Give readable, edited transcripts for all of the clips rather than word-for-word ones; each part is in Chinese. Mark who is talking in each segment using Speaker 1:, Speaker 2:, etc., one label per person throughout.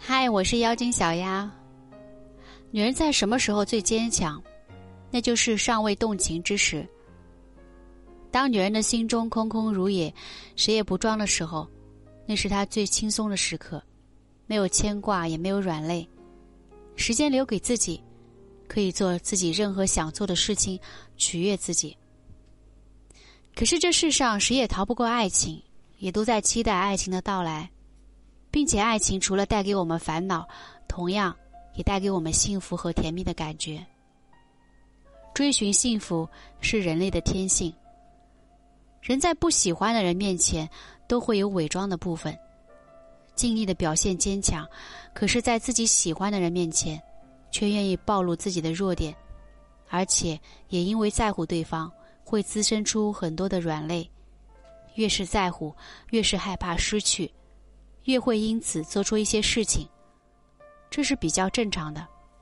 Speaker 1: 嗨，我是妖精小鸭。女人在什么时候最坚强？那就是尚未动情之时。当女人的心中空空如也，谁也不装的时候，那是她最轻松的时刻，没有牵挂，也没有软肋。时间留给自己，可以做自己任何想做的事情，取悦自己。可是这世上谁也逃不过爱情，也都在期待爱情的到来，并且爱情除了带给我们烦恼，同样也带给我们幸福和甜蜜的感觉。追寻幸福是人类的天性，人在不喜欢的人面前都会有伪装的部分，尽力的表现坚强，可是在自己喜欢的人面前却愿意暴露自己的弱点，而且也因为在乎对方，会滋生出很多的软肋。越是在乎，越是害怕失去，越会因此做出一些事情，这是比较正常的。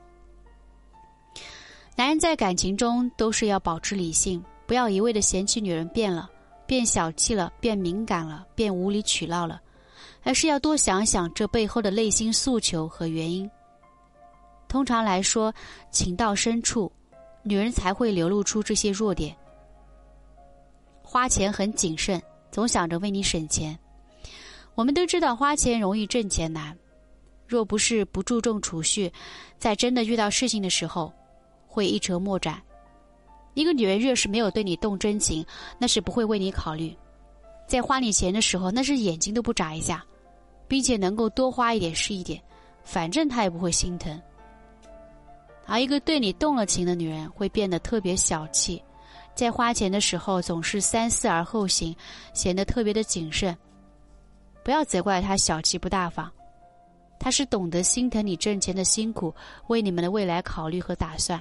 Speaker 1: 男人在感情中都是要保持理性，不要一味的嫌弃女人变了，变小气了，变敏感了，变无理取闹了，而是要多想想这背后的内心诉求和原因。通常来说，情到深处，女人才会流露出这些弱点。花钱很谨慎，总想着为你省钱。我们都知道花钱容易挣钱难，若不是不注重储蓄，在真的遇到事情的时候会一筹莫展。一个女人若是没有对你动真情，那是不会为你考虑，在花你钱的时候那是眼睛都不眨一下，并且能够多花一点是一点，反正她也不会心疼。而一个对你动了情的女人会变得特别小气，在花钱的时候总是三思而后行，显得特别的谨慎。不要责怪她小气不大方，她是懂得心疼你挣钱的辛苦，为你们的未来考虑和打算。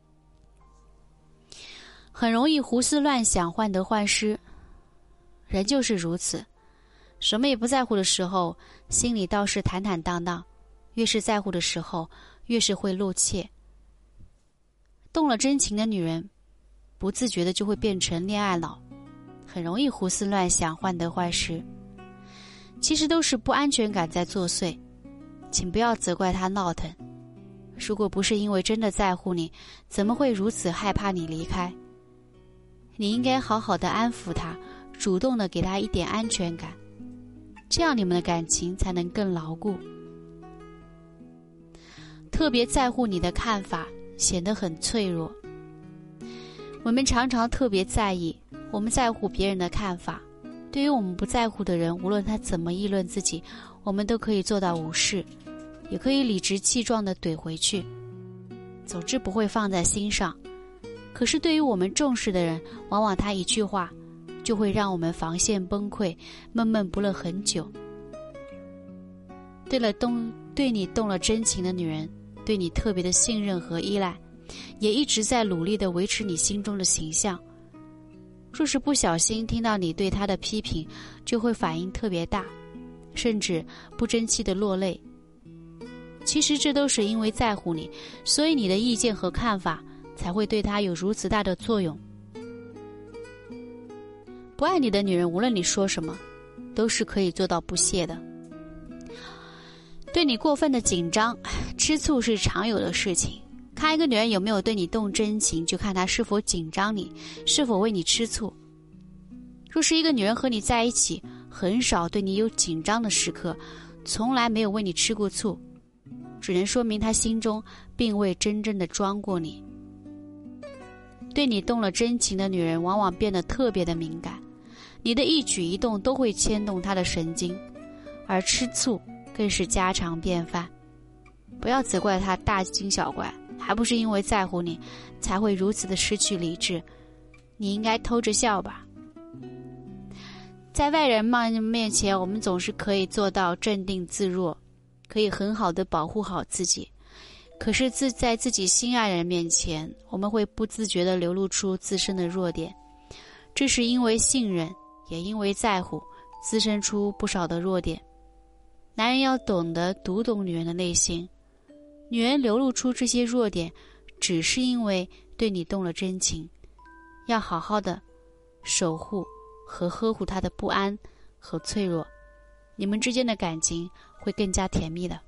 Speaker 1: 很容易胡思乱想，患得患失，人就是如此，什么也不在乎的时候，心里倒是坦坦荡荡，越是在乎的时候，越是会露怯。动了真情的女人，不自觉的就会变成恋爱脑，很容易胡思乱想，患得患失。其实都是不安全感在作祟，请不要责怪她闹腾。如果不是因为真的在乎你，怎么会如此害怕你离开？你应该好好的安抚她，主动的给她一点安全感，这样你们的感情才能更牢固。特别在乎你的看法，显得很脆弱。我们常常特别在意，我们在乎别人的看法。对于我们不在乎的人，无论他怎么议论自己，我们都可以做到无视，也可以理直气壮地怼回去，总之不会放在心上。可是对于我们重视的人，往往他一句话就会让我们防线崩溃，闷闷不乐很久。对你动了真情的女人，对你特别的信任和依赖，也一直在努力地维持你心中的形象。若是不小心听到你对她的批评，就会反应特别大，甚至不争气地落泪。其实这都是因为在乎你，所以你的意见和看法才会对她有如此大的作用。不爱你的女人，无论你说什么，都是可以做到不屑的。对你过分的紧张、吃醋是常有的事情。看一个女人有没有对你动真情，就看她是否紧张你，是否为你吃醋。若是一个女人和你在一起，很少对你有紧张的时刻，从来没有为你吃过醋，只能说明她心中并未真正的装过你。对你动了真情的女人，往往变得特别的敏感，你的一举一动都会牵动她的神经，而吃醋更是家常便饭。不要责怪她大惊小怪，还不是因为在乎你，才会如此的失去理智。你应该偷着笑吧。在外人面前，我们总是可以做到镇定自若，可以很好的保护好自己。可是在自己心爱的人面前，我们会不自觉地流露出自身的弱点，这是因为信任，也因为在乎，滋生出不少的弱点。男人要懂得读懂女人的内心，女人流露出这些弱点，只是因为对你动了真情，要好好的守护和呵护她的不安和脆弱，你们之间的感情会更加甜蜜的。